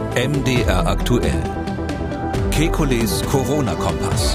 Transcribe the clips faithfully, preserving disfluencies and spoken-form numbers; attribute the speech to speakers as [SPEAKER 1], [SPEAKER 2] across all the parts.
[SPEAKER 1] M D R aktuell. Kekules Corona-Kompass.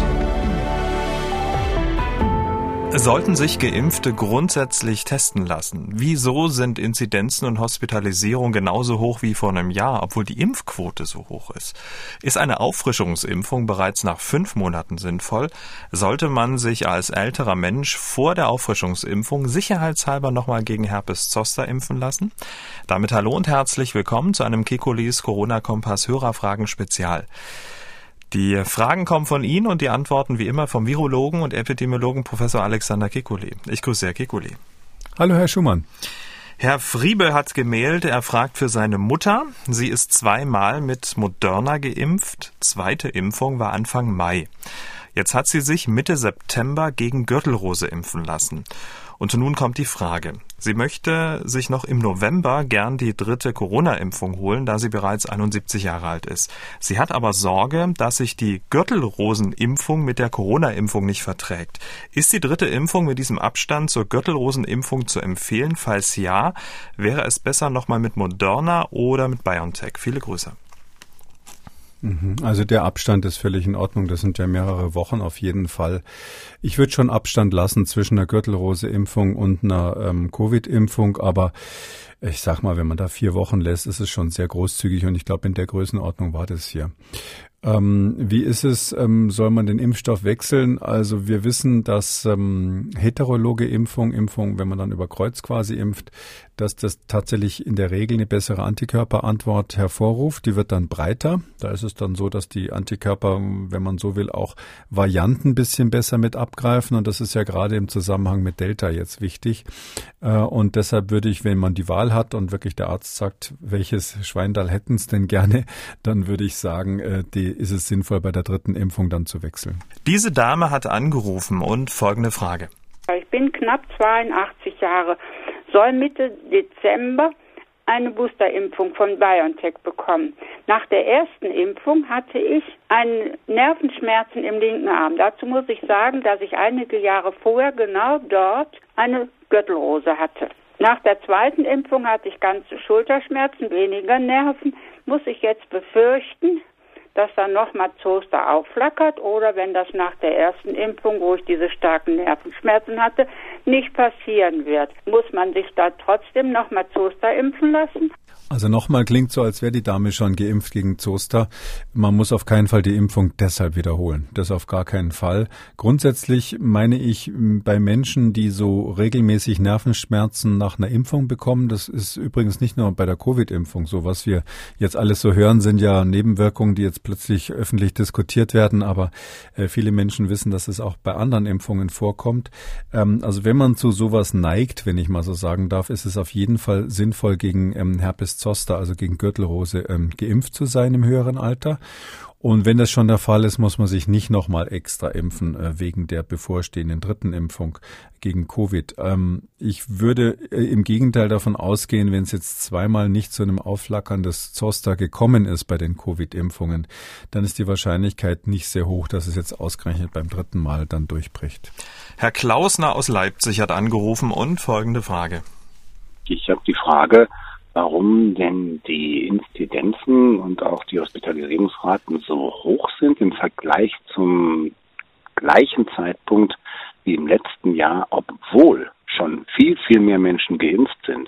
[SPEAKER 2] Sollten sich Geimpfte grundsätzlich testen lassen? Wieso sind Inzidenzen und Hospitalisierung genauso hoch wie vor einem Jahr, obwohl die Impfquote so hoch ist? Ist eine Auffrischungsimpfung bereits nach fünf Monaten sinnvoll? Sollte man sich als älterer Mensch vor der Auffrischungsimpfung sicherheitshalber nochmal gegen Herpes Zoster impfen lassen? Damit hallo und herzlich willkommen zu einem Kekules Corona-Kompass Hörerfragen Spezial. Die Fragen kommen von Ihnen und die Antworten wie immer vom Virologen und Epidemiologen Professor Alexander Kekulé. Ich grüße Herr Kekulé.
[SPEAKER 3] Hallo Herr Schumann.
[SPEAKER 2] Herr Friebe hat gemailt, er fragt für seine Mutter. Sie ist zweimal mit Moderna geimpft. Zweite Impfung war Anfang Mai. Jetzt hat sie sich Mitte September gegen Gürtelrose impfen lassen. Und nun kommt die Frage. Sie möchte sich noch im November gern die dritte Corona-Impfung holen, da sie bereits einundsiebzig Jahre alt ist. Sie hat aber Sorge, dass sich die Gürtelrosenimpfung mit der Corona-Impfung nicht verträgt. Ist die dritte Impfung mit diesem Abstand zur Gürtelrosenimpfung zu empfehlen? Falls ja, wäre es besser nochmal mit Moderna oder mit BioNTech? Viele Grüße.
[SPEAKER 3] Also der Abstand ist völlig in Ordnung. Das sind ja mehrere Wochen auf jeden Fall. Ich würde schon Abstand lassen zwischen einer Gürtelrose-Impfung und einer ähm, Covid-Impfung. Aber ich sag mal, wenn man da vier Wochen lässt, ist es schon sehr großzügig. Und ich glaube, in der Größenordnung war das hier. Ähm, wie ist es, ähm, soll man den Impfstoff wechseln? Also wir wissen, dass ähm, heterologe Impfung, Impfung, wenn man dann über Kreuz quasi impft, dass das tatsächlich in der Regel eine bessere Antikörperantwort hervorruft. Die wird dann breiter. Da ist es dann so, dass die Antikörper, wenn man so will, auch Varianten ein bisschen besser mit abgreifen. Und das ist ja gerade im Zusammenhang mit Delta jetzt wichtig. Äh, und deshalb würde ich, wenn man die Wahl hat und wirklich der Arzt sagt, welches Schweindal hätten es denn gerne, dann würde ich sagen, äh, die ist es sinnvoll, bei der dritten Impfung dann zu wechseln.
[SPEAKER 2] Diese Dame hat angerufen und folgende Frage.
[SPEAKER 4] Ich bin knapp zweiundachtzig Jahre, soll Mitte Dezember eine Boosterimpfung von BioNTech bekommen. Nach der ersten Impfung hatte ich einen Nervenschmerzen im linken Arm. Dazu muss ich sagen, dass ich einige Jahre vorher genau dort eine Gürtelrose hatte. Nach der zweiten Impfung hatte ich ganze Schulterschmerzen, weniger Nerven. Muss ich jetzt befürchten, dass dann nochmal Zoster aufflackert oder wenn das nach der ersten Impfung, wo ich diese starken Nervenschmerzen hatte, nicht passieren wird. Muss man sich da trotzdem nochmal Zoster impfen lassen?
[SPEAKER 3] Also nochmal klingt so, als wäre die Dame schon geimpft gegen Zoster. Man muss auf keinen Fall die Impfung deshalb wiederholen. Das auf gar keinen Fall. Grundsätzlich meine ich, bei Menschen, die so regelmäßig Nervenschmerzen nach einer Impfung bekommen, das ist übrigens nicht nur bei der Covid-Impfung so. Was wir jetzt alles so hören, sind ja Nebenwirkungen, die jetzt plötzlich öffentlich diskutiert werden. Aber äh, viele Menschen wissen, dass es auch bei anderen Impfungen vorkommt. Ähm, also wenn man zu sowas neigt, wenn ich mal so sagen darf, ist es auf jeden Fall sinnvoll, gegen ähm, Herpes Zoster, also gegen Gürtelrose, ähm, geimpft zu sein im höheren Alter. Und wenn das schon der Fall ist, muss man sich nicht nochmal extra impfen äh, wegen der bevorstehenden dritten Impfung gegen Covid. Ähm, ich würde äh, im Gegenteil davon ausgehen, wenn es jetzt zweimal nicht zu einem Aufflackern des Zoster gekommen ist bei den Covid-Impfungen, dann ist die Wahrscheinlichkeit nicht sehr hoch, dass es jetzt ausgerechnet beim dritten Mal dann durchbricht.
[SPEAKER 2] Herr Klausner aus Leipzig hat angerufen und folgende Frage.
[SPEAKER 5] Ich habe die Frage, warum denn die Inzidenzen und auch die Hospitalisierungsraten so hoch sind im Vergleich zum gleichen Zeitpunkt wie im letzten Jahr, obwohl schon viel, viel mehr Menschen geimpft sind.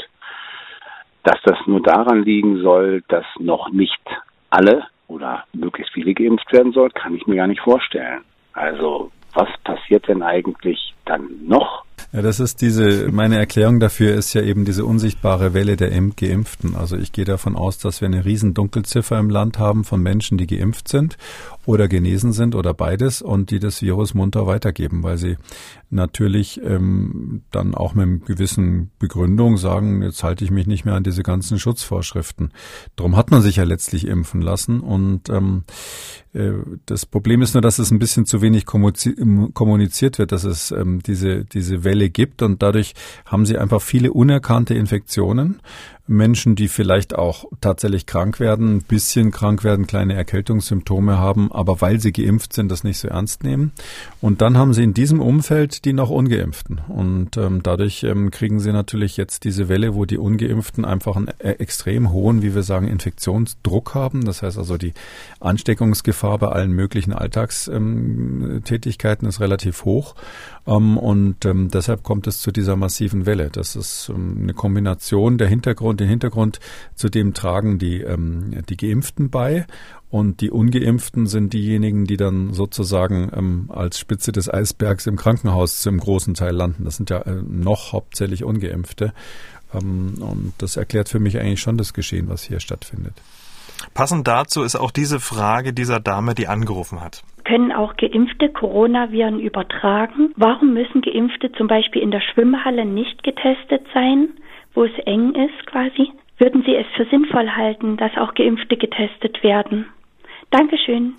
[SPEAKER 5] Dass das nur daran liegen soll, dass noch nicht alle oder möglichst viele geimpft werden soll, kann ich mir gar nicht vorstellen. Also was passiert denn eigentlich dann noch?
[SPEAKER 3] Ja, das ist diese, meine Erklärung dafür ist ja eben diese unsichtbare Welle der Geimpften. Also ich gehe davon aus, dass wir eine riesen Dunkelziffer im Land haben von Menschen, die geimpft sind oder genesen sind oder beides und die das Virus munter weitergeben, weil sie natürlich ähm, dann auch mit einer gewissen Begründung sagen, jetzt halte ich mich nicht mehr an diese ganzen Schutzvorschriften. Darum hat man sich ja letztlich impfen lassen und ähm, Das Problem ist nur, dass es ein bisschen zu wenig kommuniziert wird, dass es ähm, diese, diese Welle gibt, und dadurch haben sie einfach viele unerkannte Infektionen. Menschen, die vielleicht auch tatsächlich krank werden, ein bisschen krank werden, kleine Erkältungssymptome haben, aber weil sie geimpft sind, das nicht so ernst nehmen. Und dann haben sie in diesem Umfeld die noch Ungeimpften. Und ähm, dadurch ähm, kriegen sie natürlich jetzt diese Welle, wo die Ungeimpften einfach einen äh, extrem hohen, wie wir sagen, Infektionsdruck haben. Das heißt also, die Ansteckungsgefahr bei allen möglichen Alltagstätigkeiten ähm, ist relativ hoch. Ähm, und ähm, deshalb kommt es zu dieser massiven Welle. Das ist ähm, eine Kombination der Hintergrund. Den Hintergrund, zu dem tragen die, ähm, die Geimpften bei, und die Ungeimpften sind diejenigen, die dann sozusagen ähm, als Spitze des Eisbergs im Krankenhaus zum großen Teil landen. Das sind ja äh, noch hauptsächlich Ungeimpfte, ähm, und das erklärt für mich eigentlich schon das Geschehen, was hier stattfindet.
[SPEAKER 2] Passend dazu ist auch diese Frage dieser Dame, die angerufen hat.
[SPEAKER 6] Können auch Geimpfte Coronaviren übertragen? Warum müssen Geimpfte zum Beispiel in der Schwimmhalle nicht getestet sein, wo es eng ist quasi? Würden Sie es für sinnvoll halten, dass auch Geimpfte getestet werden? Dankeschön.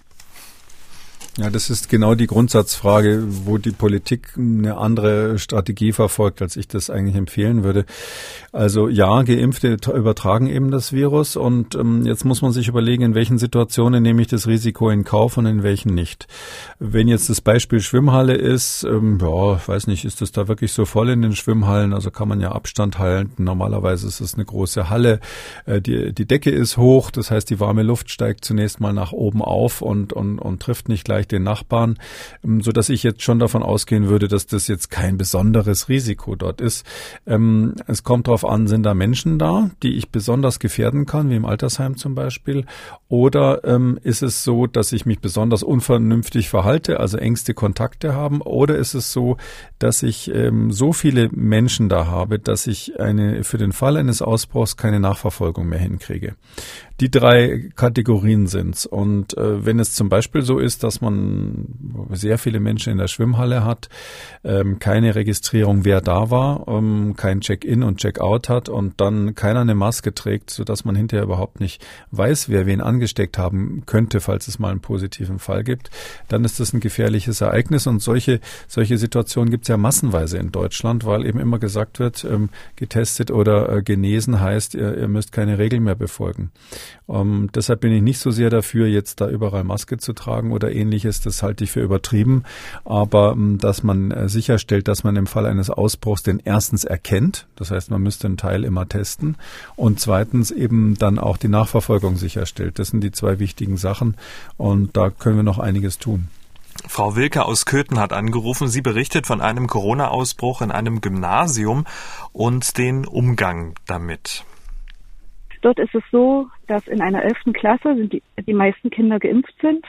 [SPEAKER 3] Ja, das ist genau die Grundsatzfrage, wo die Politik eine andere Strategie verfolgt, als ich das eigentlich empfehlen würde. Also ja, Geimpfte übertragen eben das Virus, und ähm, jetzt muss man sich überlegen, in welchen Situationen nehme ich das Risiko in Kauf und in welchen nicht. Wenn jetzt das Beispiel Schwimmhalle ist, ähm, ja, ich weiß nicht, ist das da wirklich so voll in den Schwimmhallen? Also kann man ja Abstand halten. Normalerweise ist es eine große Halle. Äh, die, die Decke ist hoch, das heißt, die warme Luft steigt zunächst mal nach oben auf und, und, und trifft nicht gleich den Nachbarn, so dass ich jetzt schon davon ausgehen würde, dass das jetzt kein besonderes Risiko dort ist. Ähm, es kommt darauf an, sind da Menschen da, die ich besonders gefährden kann, wie im Altersheim zum Beispiel, oder ähm, ist es so, dass ich mich besonders unvernünftig verhalte, also engste Kontakte haben, oder ist es so, dass ich ähm, so viele Menschen da habe, dass ich eine für den Fall eines Ausbruchs keine Nachverfolgung mehr hinkriege. Die drei Kategorien sind's. Und äh, wenn es zum Beispiel so ist, dass man sehr viele Menschen in der Schwimmhalle hat, ähm, keine Registrierung, wer da war, ähm, kein Check-in und Check-out hat und dann keiner eine Maske trägt, sodass man hinterher überhaupt nicht weiß, wer wen angesteckt haben könnte, falls es mal einen positiven Fall gibt, dann ist das ein gefährliches Ereignis. Und solche solche Situationen gibt's ja massenweise in Deutschland, weil eben immer gesagt wird, ähm, getestet oder äh, genesen heißt, ihr, ihr müsst keine Regeln mehr befolgen. Um, deshalb bin ich nicht so sehr dafür, jetzt da überall Maske zu tragen oder ähnliches. Das halte ich für übertrieben. Aber um, dass man äh, sicherstellt, dass man im Fall eines Ausbruchs den erstens erkennt. Das heißt, man müsste einen Teil immer testen. Und zweitens eben dann auch die Nachverfolgung sicherstellt. Das sind die zwei wichtigen Sachen. Und da können wir noch einiges tun.
[SPEAKER 2] Frau Wilke aus Köthen hat angerufen. Sie berichtet von einem Corona-Ausbruch in einem Gymnasium und den Umgang damit.
[SPEAKER 7] Dort ist es so, dass in einer elften Klasse sind die, die meisten Kinder geimpft sind.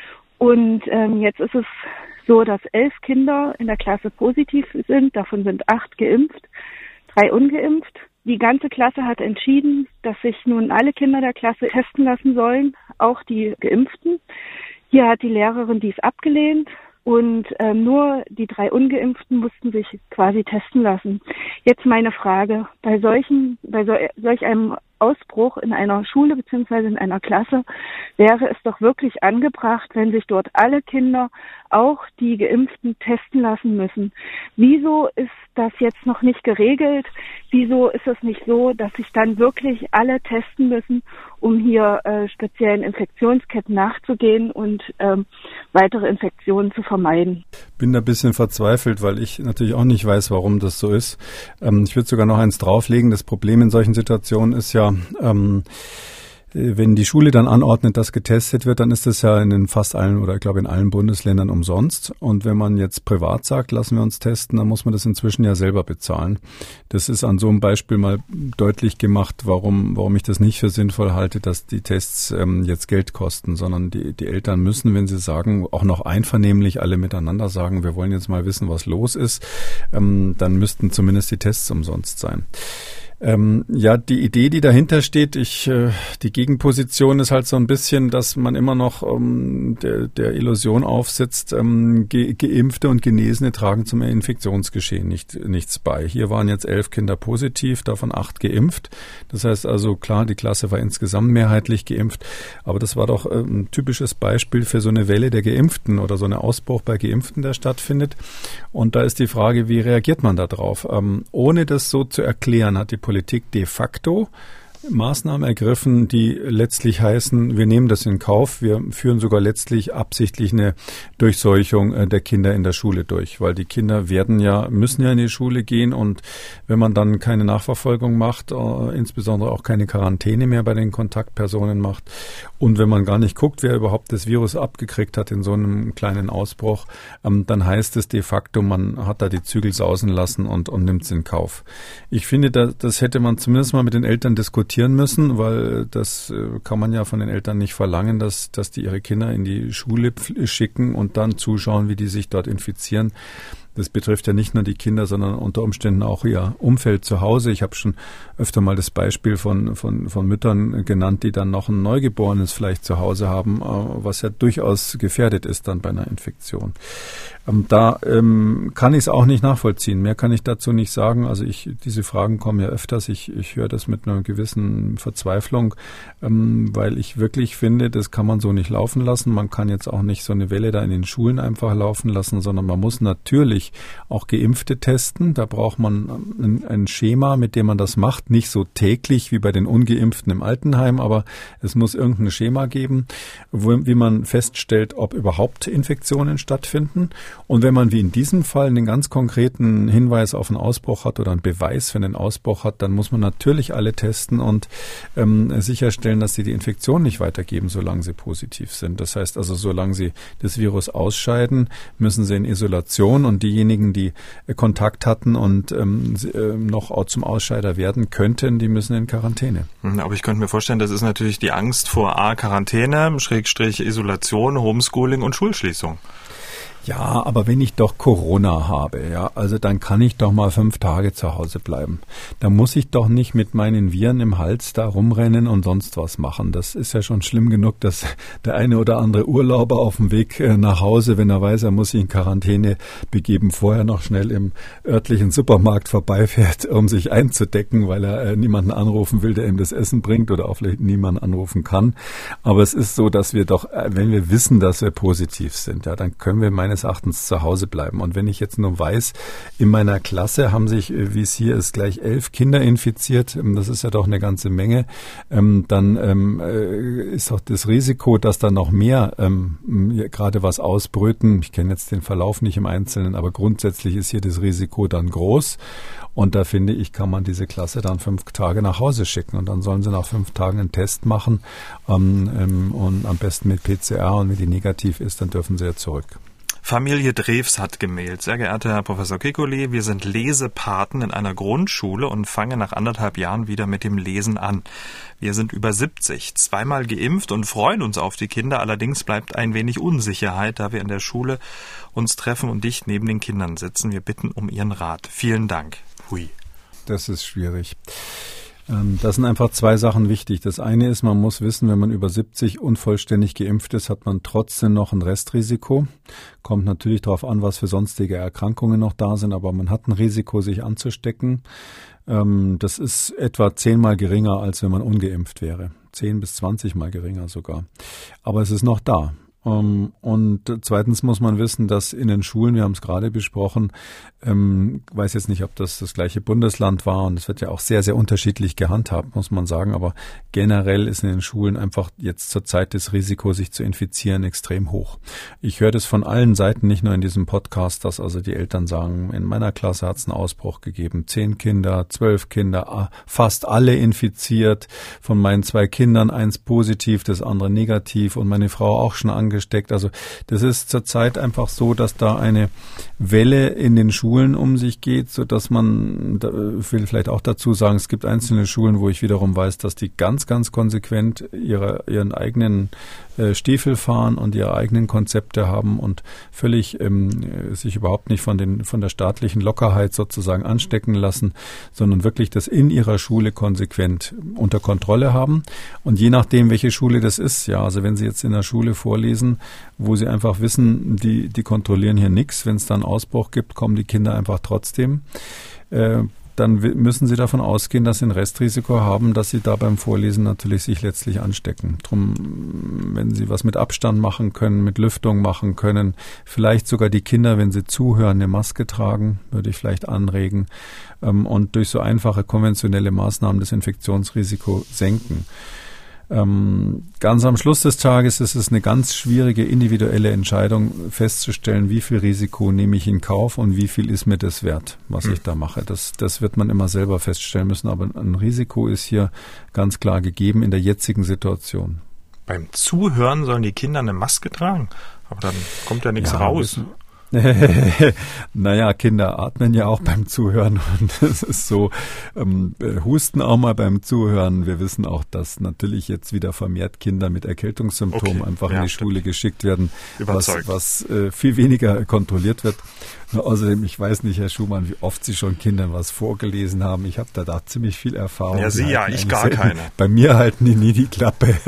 [SPEAKER 7] Und ähm, jetzt ist es so, dass elf Kinder in der Klasse positiv sind. Davon sind acht geimpft, drei ungeimpft. Die ganze Klasse hat entschieden, dass sich nun alle Kinder der Klasse testen lassen sollen, auch die Geimpften. Hier hat die Lehrerin dies abgelehnt. Und äh, nur die drei Ungeimpften mussten sich quasi testen lassen. Jetzt meine Frage, bei solchen, bei so, solch einem Ausbruch in einer Schule bzw. in einer Klasse wäre es doch wirklich angebracht, wenn sich dort alle Kinder, auch die Geimpften, testen lassen müssen. Wieso ist das jetzt noch nicht geregelt? Wieso ist es nicht so, dass sich dann wirklich alle testen müssen, um hier äh, speziellen Infektionsketten nachzugehen und ähm, weitere Infektionen zu vermeiden?
[SPEAKER 3] Bin da ein bisschen verzweifelt, weil ich natürlich auch nicht weiß, warum das so ist. Ähm, ich würde sogar noch eins drauflegen. Das Problem in solchen Situationen ist ja, ähm, wenn die Schule dann anordnet, dass getestet wird, dann ist das ja in den fast allen oder ich glaube in allen Bundesländern umsonst. Und wenn man jetzt privat sagt, lassen wir uns testen, dann muss man das inzwischen ja selber bezahlen. Das ist an so einem Beispiel mal deutlich gemacht, warum warum ich das nicht für sinnvoll halte, dass die Tests ähm, jetzt Geld kosten, sondern die, die Eltern müssen, wenn sie sagen, auch noch einvernehmlich alle miteinander sagen, wir wollen jetzt mal wissen, was los ist, ähm, dann müssten zumindest die Tests umsonst sein. Ähm, ja, die Idee, die dahinter steht, ich, äh, die Gegenposition ist halt so ein bisschen, dass man immer noch ähm, der, der Illusion aufsitzt, ähm, Ge- Geimpfte und Genesene tragen zum Infektionsgeschehen nicht, nichts bei. Hier waren jetzt elf Kinder positiv, davon acht geimpft. Das heißt also, klar, die Klasse war insgesamt mehrheitlich geimpft, aber das war doch äh, ein typisches Beispiel für so eine Welle der Geimpften oder so einen Ausbruch bei Geimpften, der stattfindet. Und da ist die Frage, wie reagiert man da drauf? Ähm, ohne das so zu erklären, hat die Politik de facto Maßnahmen ergriffen, die letztlich heißen, wir nehmen das in Kauf, wir führen sogar letztlich absichtlich eine Durchseuchung der Kinder in der Schule durch, weil die Kinder werden ja, müssen ja in die Schule gehen und wenn man dann keine Nachverfolgung macht, äh, insbesondere auch keine Quarantäne mehr bei den Kontaktpersonen macht und wenn man gar nicht guckt, wer überhaupt das Virus abgekriegt hat in so einem kleinen Ausbruch, ähm, dann heißt es de facto, man hat da die Zügel sausen lassen und, und nimmt es in Kauf. Ich finde, da, das hätte man zumindest mal mit den Eltern diskutieren müssen, weil das äh, kann man ja von den Eltern nicht verlangen, dass, dass die ihre Kinder in die Schule schicken und dann zuschauen, wie die sich dort infizieren. Das betrifft ja nicht nur die Kinder, sondern unter Umständen auch ihr Umfeld zu Hause. Ich habe schon öfter mal das Beispiel von, von, von Müttern genannt, die dann noch ein Neugeborenes vielleicht zu Hause haben, was ja durchaus gefährdet ist dann bei einer Infektion. Da ähm, kann ich es auch nicht nachvollziehen. Mehr kann ich dazu nicht sagen. Also ich, diese Fragen kommen ja öfters. Ich, ich höre das mit einer gewissen Verzweiflung, ähm, weil ich wirklich finde, das kann man so nicht laufen lassen. Man kann jetzt auch nicht so eine Welle da in den Schulen einfach laufen lassen, sondern man muss natürlich auch Geimpfte testen. Da braucht man ein, ein Schema, mit dem man das macht. Nicht so täglich wie bei den Ungeimpften im Altenheim, aber es muss irgendein Schema geben, wo, wie man feststellt, ob überhaupt Infektionen stattfinden. Und wenn man wie in diesem Fall einen ganz konkreten Hinweis auf einen Ausbruch hat oder einen Beweis für einen Ausbruch hat, dann muss man natürlich alle testen und ähm, sicherstellen, dass sie die Infektion nicht weitergeben, solange sie positiv sind. Das heißt also, solange sie das Virus ausscheiden, müssen sie in Isolation und diejenigen, die äh, Kontakt hatten und ähm, äh, noch zum Ausscheider werden könnten, die müssen in Quarantäne.
[SPEAKER 2] Aber ich könnte mir vorstellen, das ist natürlich die Angst vor A, Quarantäne, Schrägstrich Isolation, Homeschooling und Schulschließung.
[SPEAKER 3] Ja, aber wenn ich doch Corona habe, ja, also dann kann ich doch mal fünf Tage zu Hause bleiben. Da muss ich doch nicht mit meinen Viren im Hals da rumrennen und sonst was machen. Das ist ja schon schlimm genug, dass der eine oder andere Urlauber auf dem Weg nach Hause, wenn er weiß, er muss sich in Quarantäne begeben, vorher noch schnell im örtlichen Supermarkt vorbeifährt, um sich einzudecken, weil er niemanden anrufen will, der ihm das Essen bringt oder auch vielleicht niemanden anrufen kann. Aber es ist so, dass wir doch, wenn wir wissen, dass wir positiv sind, ja, dann können wir meines Erachtens zu Hause bleiben. Und wenn ich jetzt nur weiß, in meiner Klasse haben sich, wie es hier ist, gleich elf Kinder infiziert, das ist ja doch eine ganze Menge, dann ist auch das Risiko, dass da noch mehr gerade was ausbrüten, ich kenne jetzt den Verlauf nicht im Einzelnen, aber grundsätzlich ist hier das Risiko dann groß. Und da finde ich, kann man diese Klasse dann fünf Tage nach Hause schicken. Und dann sollen sie nach fünf Tagen einen Test machen ähm, und am besten mit P C R. Und wenn die negativ ist, dann dürfen sie ja zurück.
[SPEAKER 2] Familie Drews hat gemailt. Sehr geehrter Herr Professor Kekulé, wir sind Lesepaten in einer Grundschule und fangen nach anderthalb Jahren wieder mit dem Lesen an. Wir sind über siebzig, zweimal geimpft und freuen uns auf die Kinder. Allerdings bleibt ein wenig Unsicherheit, da wir in der Schule uns treffen und dicht neben den Kindern sitzen. Wir bitten um Ihren Rat. Vielen Dank. Hui.
[SPEAKER 3] Das ist schwierig. Das sind einfach zwei Sachen wichtig. Das eine ist, man muss wissen, wenn man über siebzig unvollständig geimpft ist, hat man trotzdem noch ein Restrisiko. Kommt natürlich darauf an, was für sonstige Erkrankungen noch da sind, aber man hat ein Risiko, sich anzustecken. Das ist etwa zehnmal geringer, als wenn man ungeimpft wäre. Zehn bis zwanzig Mal geringer sogar. Aber es ist noch da. Und zweitens muss man wissen, dass in den Schulen, wir haben es gerade besprochen, ähm, weiß jetzt nicht, ob das das gleiche Bundesland war und es wird ja auch sehr, sehr unterschiedlich gehandhabt, muss man sagen, aber generell ist in den Schulen einfach jetzt zur Zeit das Risiko, sich zu infizieren, extrem hoch. Ich höre das von allen Seiten, nicht nur in diesem Podcast, dass also die Eltern sagen, in meiner Klasse hat es einen Ausbruch gegeben, zehn Kinder, zwölf Kinder, fast alle infiziert, von meinen zwei Kindern eins positiv, das andere negativ und meine Frau auch schon angesteckt. angesteckt. Also das ist zurzeit einfach so, dass da eine Welle in den Schulen um sich geht, so dass man, da will vielleicht auch dazu sagen, es gibt einzelne Schulen, wo ich wiederum weiß, dass die ganz, ganz konsequent ihre, ihren eigenen äh, Stiefel fahren und ihre eigenen Konzepte haben und völlig ähm, sich überhaupt nicht von den von der staatlichen Lockerheit sozusagen anstecken lassen, sondern wirklich das in ihrer Schule konsequent unter Kontrolle haben. Und je nachdem, welche Schule das ist, ja, also wenn Sie jetzt in der Schule vorlesen, wo Sie einfach wissen, die die kontrollieren hier nichts, wenn es dann Ausbruch gibt, kommen die Kinder einfach trotzdem. Äh, dann müssen Sie davon ausgehen, dass Sie ein Restrisiko haben, dass Sie da beim Vorlesen natürlich sich letztlich anstecken. Drum, wenn Sie was mit Abstand machen können, mit Lüftung machen können, vielleicht sogar die Kinder, wenn sie zuhören, eine Maske tragen, würde ich vielleicht anregen und durch so einfache konventionelle Maßnahmen das Infektionsrisiko senken. Ähm, ganz am Schluss des Tages ist es eine ganz schwierige individuelle Entscheidung festzustellen, wie viel Risiko nehme ich in Kauf und wie viel ist mir das wert, was hm. ich da mache. Das, das wird man immer selber feststellen müssen, aber ein Risiko ist hier ganz klar gegeben in der jetzigen Situation.
[SPEAKER 2] Beim Zuhören sollen die Kinder eine Maske tragen, aber dann kommt ja nichts
[SPEAKER 3] ja,
[SPEAKER 2] raus.
[SPEAKER 3] Naja, Kinder atmen ja auch beim Zuhören und es ist so, ähm, husten auch mal beim Zuhören. Wir wissen auch, dass natürlich jetzt wieder vermehrt Kinder mit Erkältungssymptomen
[SPEAKER 2] okay.
[SPEAKER 3] einfach
[SPEAKER 2] ja,
[SPEAKER 3] in die
[SPEAKER 2] stimmt.
[SPEAKER 3] Schule geschickt werden,
[SPEAKER 2] Überzeugt.
[SPEAKER 3] was, was äh, viel weniger kontrolliert wird. Außerdem, ich weiß nicht, Herr Schumann, wie oft Sie schon Kindern was vorgelesen haben. Ich habe da, da ziemlich viel Erfahrung.
[SPEAKER 2] Ja, Sie ja, ich gar selten. keine.
[SPEAKER 3] Bei mir halten die nie die Klappe.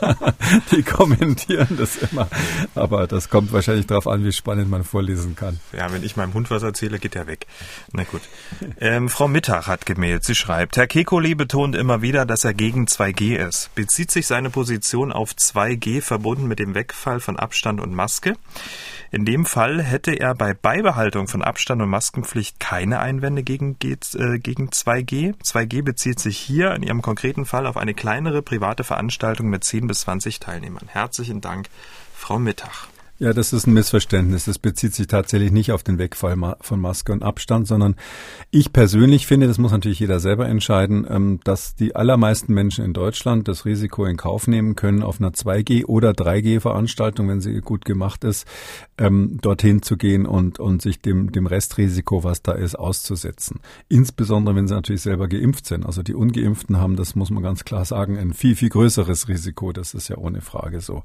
[SPEAKER 3] Die kommentieren das immer. Aber das kommt wahrscheinlich darauf an, wie spannend man vorlesen kann.
[SPEAKER 2] Ja, wenn ich meinem Hund was erzähle, geht er weg. Na gut. Ähm, Frau Mittag hat gemailt. Sie schreibt, Herr Kekulé betont immer wieder, dass er gegen zwei G ist. Bezieht sich seine Position auf zwei G verbunden mit dem Wegfall von Abstand und Maske? In dem Fall hätte er bei Beibehaltung von Abstand und Maskenpflicht keine Einwände gegen, äh, gegen zwei G. zwei G bezieht sich hier in Ihrem konkreten Fall auf eine kleinere private Veranstaltung mit zehn bis zwanzig Teilnehmern. Herzlichen Dank, Frau Mittag.
[SPEAKER 3] Ja, das ist ein Missverständnis. Das bezieht sich tatsächlich nicht auf den Wegfall von Maske und Abstand, sondern ich persönlich finde, das muss natürlich jeder selber entscheiden, dass die allermeisten Menschen in Deutschland das Risiko in Kauf nehmen können, auf einer zwei G- oder drei G-Veranstaltung, wenn sie gut gemacht ist, dorthin zu gehen und, und sich dem, dem Restrisiko, was da ist, auszusetzen. Insbesondere, wenn sie natürlich selber geimpft sind. Also die Ungeimpften haben, das muss man ganz klar sagen, ein viel, viel größeres Risiko. Das ist ja ohne Frage so.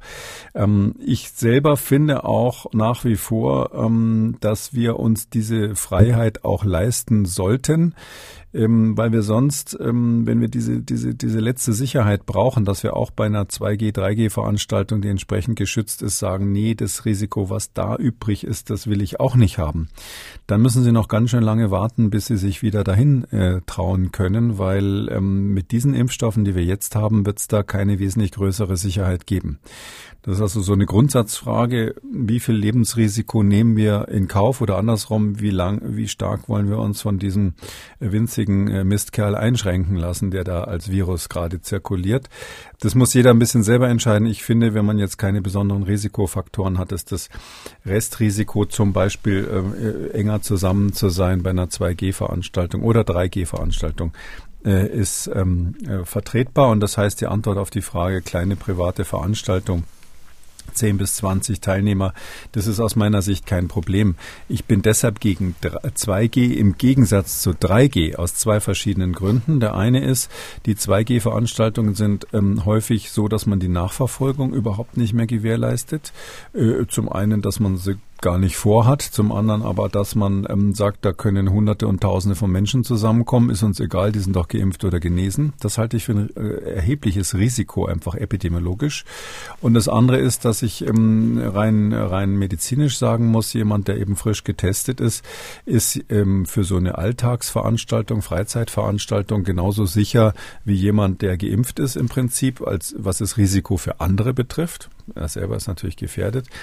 [SPEAKER 3] Ich selber finde, finde auch nach wie vor, ähm, dass wir uns diese Freiheit auch leisten sollten, ähm, weil wir sonst, ähm, wenn wir diese, diese, diese letzte Sicherheit brauchen, dass wir auch bei einer zwei G-, drei G-Veranstaltung, die entsprechend geschützt ist, sagen, nee, das Risiko, was da übrig ist, das will ich auch nicht haben. Dann müssen Sie noch ganz schön lange warten, bis Sie sich wieder dahin äh, trauen können, weil ähm, mit diesen Impfstoffen, die wir jetzt haben, wird es da keine wesentlich größere Sicherheit geben. Das ist also so eine Grundsatzfrage, wie viel Lebensrisiko nehmen wir in Kauf oder andersrum, wie lang, wie stark wollen wir uns von diesem winzigen Mistkerl einschränken lassen, der da als Virus gerade zirkuliert. Das muss jeder ein bisschen selber entscheiden. Ich finde, wenn man jetzt keine besonderen Risikofaktoren hat, ist das Restrisiko zum Beispiel äh, enger zusammen zu sein bei einer zwei G-Veranstaltung oder drei G-Veranstaltung. Ist ähm, äh, vertretbar und das heißt, die Antwort auf die Frage kleine private Veranstaltung, zehn bis zwanzig Teilnehmer, das ist aus meiner Sicht kein Problem. Ich bin deshalb gegen zwei G im Gegensatz zu drei G aus zwei verschiedenen Gründen. Der eine ist, die zwei G-Veranstaltungen sind ähm, häufig so, dass man die Nachverfolgung überhaupt nicht mehr gewährleistet. Äh, zum einen, dass man sie gar nicht vorhat, zum anderen aber, dass man ähm, sagt, da können Hunderte und Tausende von Menschen zusammenkommen, ist uns egal, die sind doch geimpft oder genesen. Das halte ich für ein äh, erhebliches Risiko, einfach epidemiologisch. Und das andere ist, dass ich ähm, rein rein medizinisch sagen muss, jemand, der eben frisch getestet ist, ist ähm, für so eine Alltagsveranstaltung, Freizeitveranstaltung genauso sicher wie jemand, der geimpft ist im Prinzip, als was das Risiko für andere betrifft. Er selber ist natürlich gefährdet.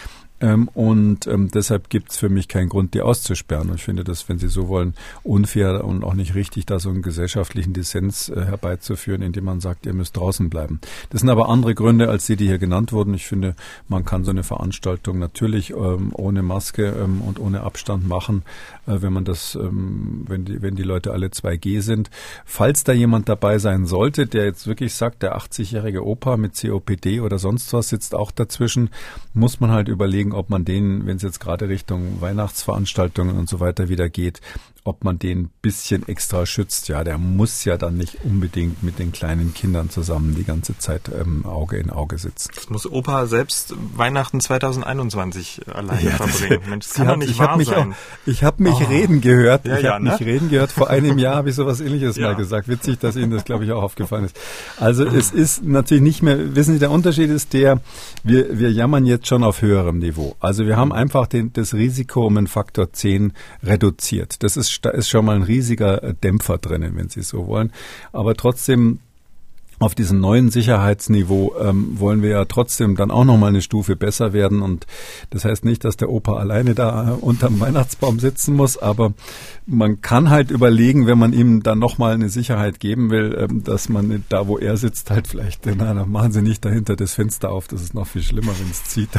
[SPEAKER 3] Ähm, und ähm, deshalb gibt es für mich keinen Grund, die auszusperren. Und ich finde das, wenn Sie so wollen, unfair und auch nicht richtig, da so einen gesellschaftlichen Dissens äh, herbeizuführen, indem man sagt, ihr müsst draußen bleiben. Das sind aber andere Gründe, als die, die hier genannt wurden. Ich finde, man kann so eine Veranstaltung natürlich ähm, ohne Maske ähm, und ohne Abstand machen, äh, wenn man das, ähm, wenn die, wenn die Leute alle zwei G sind. Falls da jemand dabei sein sollte, der jetzt wirklich sagt, der achtzigjährige Opa mit C O P D oder sonst was sitzt auch dazwischen, muss man halt überlegen, ob man den, wenn es jetzt gerade Richtung Weihnachtsveranstaltungen und so weiter wieder geht, ob man den ein bisschen extra schützt. Ja, der muss ja dann nicht unbedingt mit den kleinen Kindern zusammen die ganze Zeit ähm, Auge in Auge sitzen.
[SPEAKER 2] Das muss Opa selbst Weihnachten zweitausendeinundzwanzig alleine ja, verbringen. Mensch, das kann
[SPEAKER 3] hat,
[SPEAKER 2] doch nicht
[SPEAKER 3] ich
[SPEAKER 2] wahr
[SPEAKER 3] mich
[SPEAKER 2] sein.
[SPEAKER 3] Auch, ich habe mich oh. reden gehört.
[SPEAKER 2] Ja,
[SPEAKER 3] ich
[SPEAKER 2] ja,
[SPEAKER 3] habe
[SPEAKER 2] ne?
[SPEAKER 3] mich reden gehört. Vor einem Jahr habe ich sowas Ähnliches
[SPEAKER 2] ja.
[SPEAKER 3] mal gesagt. Witzig, dass Ihnen das, glaube ich, auch aufgefallen ist. Also es ist natürlich nicht mehr, wissen Sie, der Unterschied ist der, wir, wir jammern jetzt schon auf höherem Niveau. Also wir haben einfach den, das Risiko um einen Faktor zehn reduziert. Das ist, da ist schon mal ein riesiger Dämpfer drinnen, wenn Sie es so wollen. Aber trotzdem, auf diesem neuen Sicherheitsniveau ähm, wollen wir ja trotzdem dann auch nochmal eine Stufe besser werden. Und das heißt nicht, dass der Opa alleine da unterm Weihnachtsbaum sitzen muss, aber man kann halt überlegen, wenn man ihm dann nochmal eine Sicherheit geben will, ähm, dass man da, wo er sitzt, halt vielleicht, na, dann machen Sie nicht dahinter das Fenster auf, das ist noch viel schlimmer, wenn es zieht.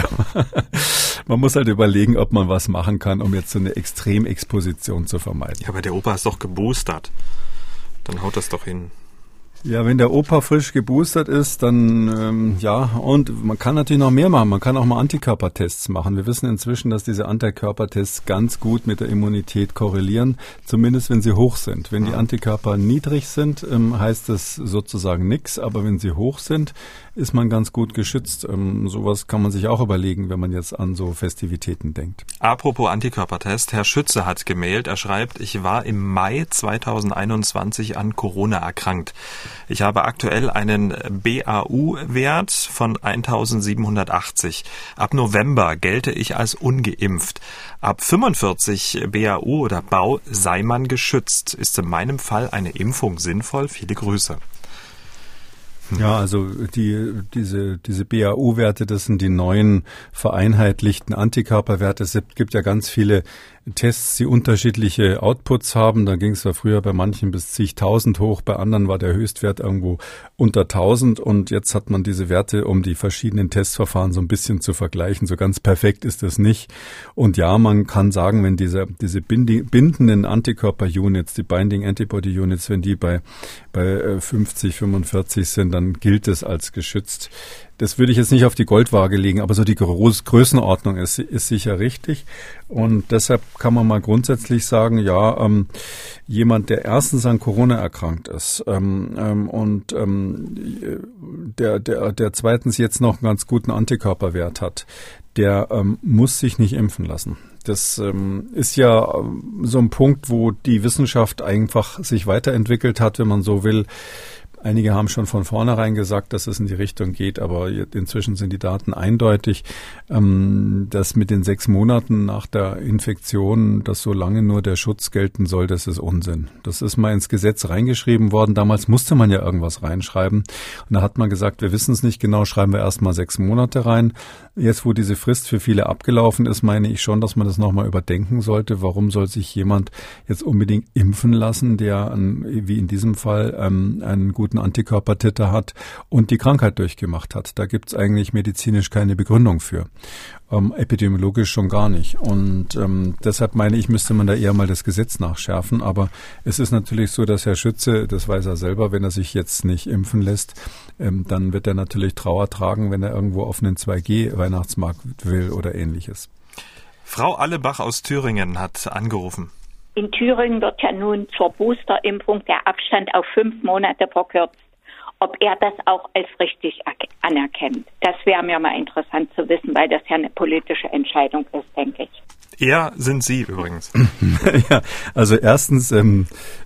[SPEAKER 3] Man muss halt überlegen, ob man was machen kann, um jetzt so eine Extremexposition zu vermeiden.
[SPEAKER 2] Ja, aber der Opa ist doch geboostert. Dann haut das doch hin.
[SPEAKER 3] Ja, wenn der Opa frisch geboostert ist, dann ähm, ja, und man kann natürlich noch mehr machen. Man kann auch mal Antikörpertests machen. Wir wissen inzwischen, dass diese Antikörpertests ganz gut mit der Immunität korrelieren, zumindest wenn sie hoch sind. Wenn die Antikörper niedrig sind, ähm, heißt das sozusagen nichts, aber wenn sie hoch sind, ist man ganz gut geschützt. Ähm, sowas kann man sich auch überlegen, wenn man jetzt an so Festivitäten denkt.
[SPEAKER 2] Apropos Antikörpertest, Herr Schütze hat gemailt. Er schreibt, ich war im Mai zweitausendeinundzwanzig an Corona erkrankt. Ich habe aktuell einen B A U-Wert von eintausendsiebenhundertachtzig. Ab November gelte ich als ungeimpft. Ab fünfundvierzig B A U oder B A U sei man geschützt. Ist in meinem Fall eine Impfung sinnvoll? Viele Grüße.
[SPEAKER 3] Ja, also die, diese, diese B A U-Werte, das sind die neuen vereinheitlichten Antikörperwerte. Es gibt ja ganz viele Tests, die unterschiedliche Outputs haben. Da ging es ja früher bei manchen bis zigtausend hoch, bei anderen war der Höchstwert irgendwo unter tausend und jetzt hat man diese Werte, um die verschiedenen Testverfahren so ein bisschen zu vergleichen. So ganz perfekt ist das nicht. Und ja, man kann sagen, wenn diese, diese bindenden Antikörper-Units, die Binding Antibody Units, wenn die bei, bei fünfzig, fünfundvierzig sind, dann gilt es als geschützt. Das würde ich jetzt nicht auf die Goldwaage legen, aber so die Groß- Größenordnung ist, ist sicher richtig. Und deshalb kann man mal grundsätzlich sagen, ja, ähm, jemand, der erstens an Corona erkrankt ist ähm, ähm, und ähm, der, der, der zweitens jetzt noch einen ganz guten Antikörperwert hat, der ähm, muss sich nicht impfen lassen. Das ähm, ist ja ähm, so ein Punkt, wo die Wissenschaft einfach sich weiterentwickelt hat, wenn man so will. Einige haben schon von vornherein gesagt, dass es in die Richtung geht, aber inzwischen sind die Daten eindeutig, dass mit den sechs Monaten nach der Infektion, dass so lange nur der Schutz gelten soll, das ist Unsinn. Das ist mal ins Gesetz reingeschrieben worden. Damals musste man ja irgendwas reinschreiben. Und da hat man gesagt, wir wissen es nicht genau, schreiben wir erst mal sechs Monate rein. Jetzt, wo diese Frist für viele abgelaufen ist, meine ich schon, dass man das nochmal überdenken sollte. Warum soll sich jemand jetzt unbedingt impfen lassen, der, wie in diesem Fall, einen guten Antikörpertitter hat und die Krankheit durchgemacht hat. Da gibt es eigentlich medizinisch keine Begründung für. Ähm, epidemiologisch schon gar nicht. Und ähm, deshalb meine ich, müsste man da eher mal das Gesetz nachschärfen. Aber es ist natürlich so, dass Herr Schütze, das weiß er selber, wenn er sich jetzt nicht impfen lässt, ähm, dann wird er natürlich Trauer tragen, wenn er irgendwo auf einen zwei G Weihnachtsmarkt will oder ähnliches.
[SPEAKER 2] Frau Allebach aus Thüringen hat angerufen.
[SPEAKER 8] In Thüringen wird ja nun zur Boosterimpfung der Abstand auf fünf Monate verkürzt. Ob er das auch als richtig anerkennt, das wäre mir mal interessant zu wissen, weil das ja eine politische Entscheidung ist, denke ich.
[SPEAKER 2] Er sind Sie übrigens.
[SPEAKER 3] Ja, also erstens, ähm,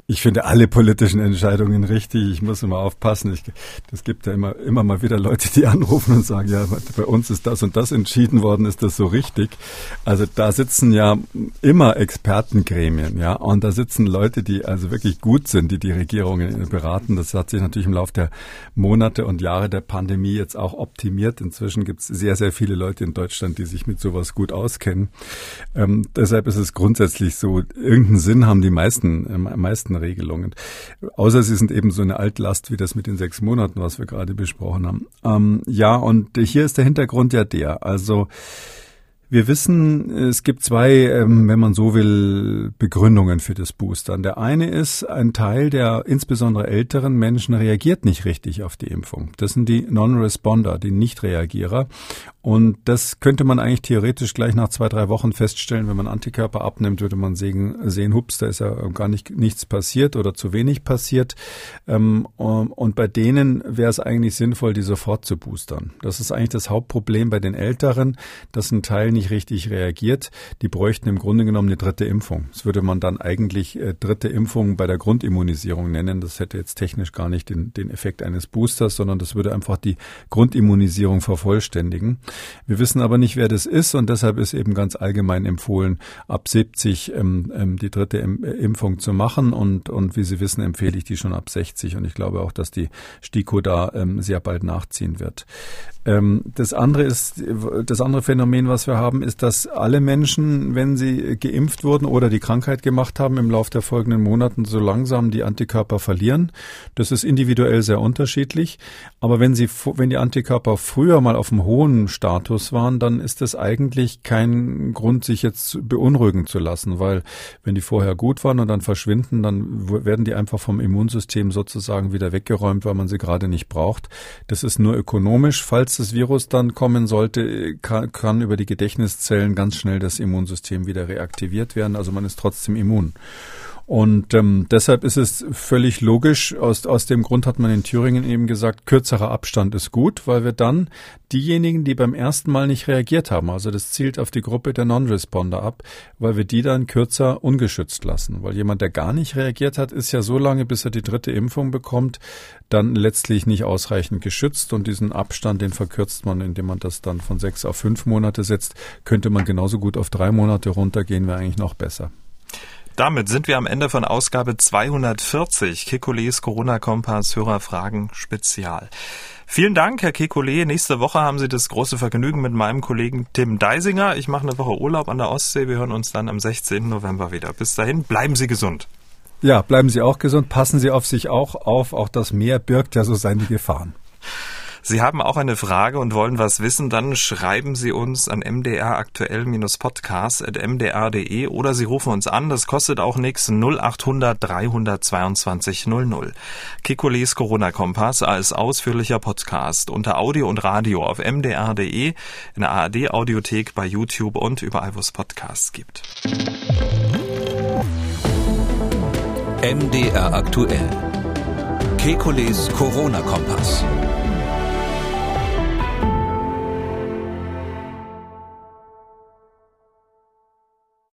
[SPEAKER 3] Ich finde alle politischen Entscheidungen richtig. Ich muss immer aufpassen. Ich, das gibt ja immer, immer mal wieder Leute, die anrufen und sagen, ja, bei uns ist das und das entschieden worden, ist das so richtig? Also da sitzen ja immer Expertengremien, ja, und da sitzen Leute, die also wirklich gut sind, die die Regierungen beraten. Das hat sich natürlich im Laufe der Monate und Jahre der Pandemie jetzt auch optimiert. Inzwischen gibt es sehr, sehr viele Leute in Deutschland, die sich mit sowas gut auskennen. Ähm, deshalb ist es grundsätzlich so, irgendeinen Sinn haben die meisten, äh, meisten Regelungen. Außer sie sind eben so eine Altlast wie das mit den sechs Monaten, was wir gerade besprochen haben. Ähm, ja, und hier ist der Hintergrund ja der. Also wir wissen, es gibt zwei, ähm, wenn man so will, Begründungen für das Boostern. Der eine ist, ein Teil der insbesondere älteren Menschen reagiert nicht richtig auf die Impfung. Das sind die Non-Responder, die Nichtreagierer. Und das könnte man eigentlich theoretisch gleich nach zwei, drei Wochen feststellen. Wenn man Antikörper abnimmt, würde man sehen, sehen hups, da ist ja gar nicht, nichts passiert oder zu wenig passiert. Und bei denen wäre es eigentlich sinnvoll, die sofort zu boostern. Das ist eigentlich das Hauptproblem bei den Älteren, dass ein Teil nicht richtig reagiert. Die bräuchten im Grunde genommen eine dritte Impfung. Das würde man dann eigentlich äh, dritte Impfung bei der Grundimmunisierung nennen. Das hätte jetzt technisch gar nicht den, den Effekt eines Boosters, sondern das würde einfach die Grundimmunisierung vervollständigen. Wir wissen aber nicht, wer das ist, und deshalb ist eben ganz allgemein empfohlen, ab siebzig ähm, ähm, die dritte Im- Impfung zu machen, und, und wie Sie wissen, empfehle ich die schon ab sechzig, und ich glaube auch, dass die STIKO da ähm, sehr bald nachziehen wird. Ähm, das andere ist, das andere Phänomen, was wir haben, ist, dass alle Menschen, wenn sie geimpft wurden oder die Krankheit gemacht haben, im Laufe der folgenden Monaten so langsam die Antikörper verlieren. Das ist individuell sehr unterschiedlich. Aber wenn sie, wenn die Antikörper früher mal auf einem hohen Status waren, dann ist das eigentlich kein Grund, sich jetzt beunruhigen zu lassen, weil wenn die vorher gut waren und dann verschwinden, dann werden die einfach vom Immunsystem sozusagen wieder weggeräumt, weil man sie gerade nicht braucht. Das ist nur ökonomisch. Falls das Virus dann kommen sollte, kann, kann über die Gedächtniszellen ganz schnell das Immunsystem wieder reaktiviert werden. Also man ist trotzdem immun. Und ähm, deshalb ist es völlig logisch, aus, aus dem Grund hat man in Thüringen eben gesagt, kürzerer Abstand ist gut, weil wir dann diejenigen, die beim ersten Mal nicht reagiert haben, also das zielt auf die Gruppe der Non-Responder ab, weil wir die dann kürzer ungeschützt lassen. Weil jemand, der gar nicht reagiert hat, ist ja so lange, bis er die dritte Impfung bekommt, dann letztlich nicht ausreichend geschützt, und diesen Abstand, den verkürzt man, indem man das dann von sechs auf fünf Monate setzt. Könnte man genauso gut auf drei Monate runtergehen, wäre eigentlich noch besser.
[SPEAKER 2] Damit sind wir am Ende von Ausgabe zweihundertvierzig Kekules Corona-Kompass Hörerfragen Spezial. Vielen Dank, Herr Kekulé. Nächste Woche haben Sie das große Vergnügen mit meinem Kollegen Tim Deisinger. Ich mache eine Woche Urlaub an der Ostsee. Wir hören uns dann am sechzehnten November wieder. Bis dahin, bleiben Sie gesund.
[SPEAKER 3] Ja, bleiben Sie auch gesund. Passen Sie auf sich auch auf. Auch das Meer birgt ja so seine Gefahren.
[SPEAKER 2] Sie haben auch eine Frage und wollen was wissen, dann schreiben Sie uns an m d r aktuell podcast at m d r punkt d e oder Sie rufen uns an, das kostet auch nichts, null achthundert dreihundertzweiundzwanzig null null. Kekules Corona-Kompass als ausführlicher Podcast unter Audio und Radio auf m d r punkt d e, in der A R D-Audiothek, bei YouTube und überall, wo es Podcasts gibt.
[SPEAKER 1] M D R aktuell. Kekules Corona-Kompass.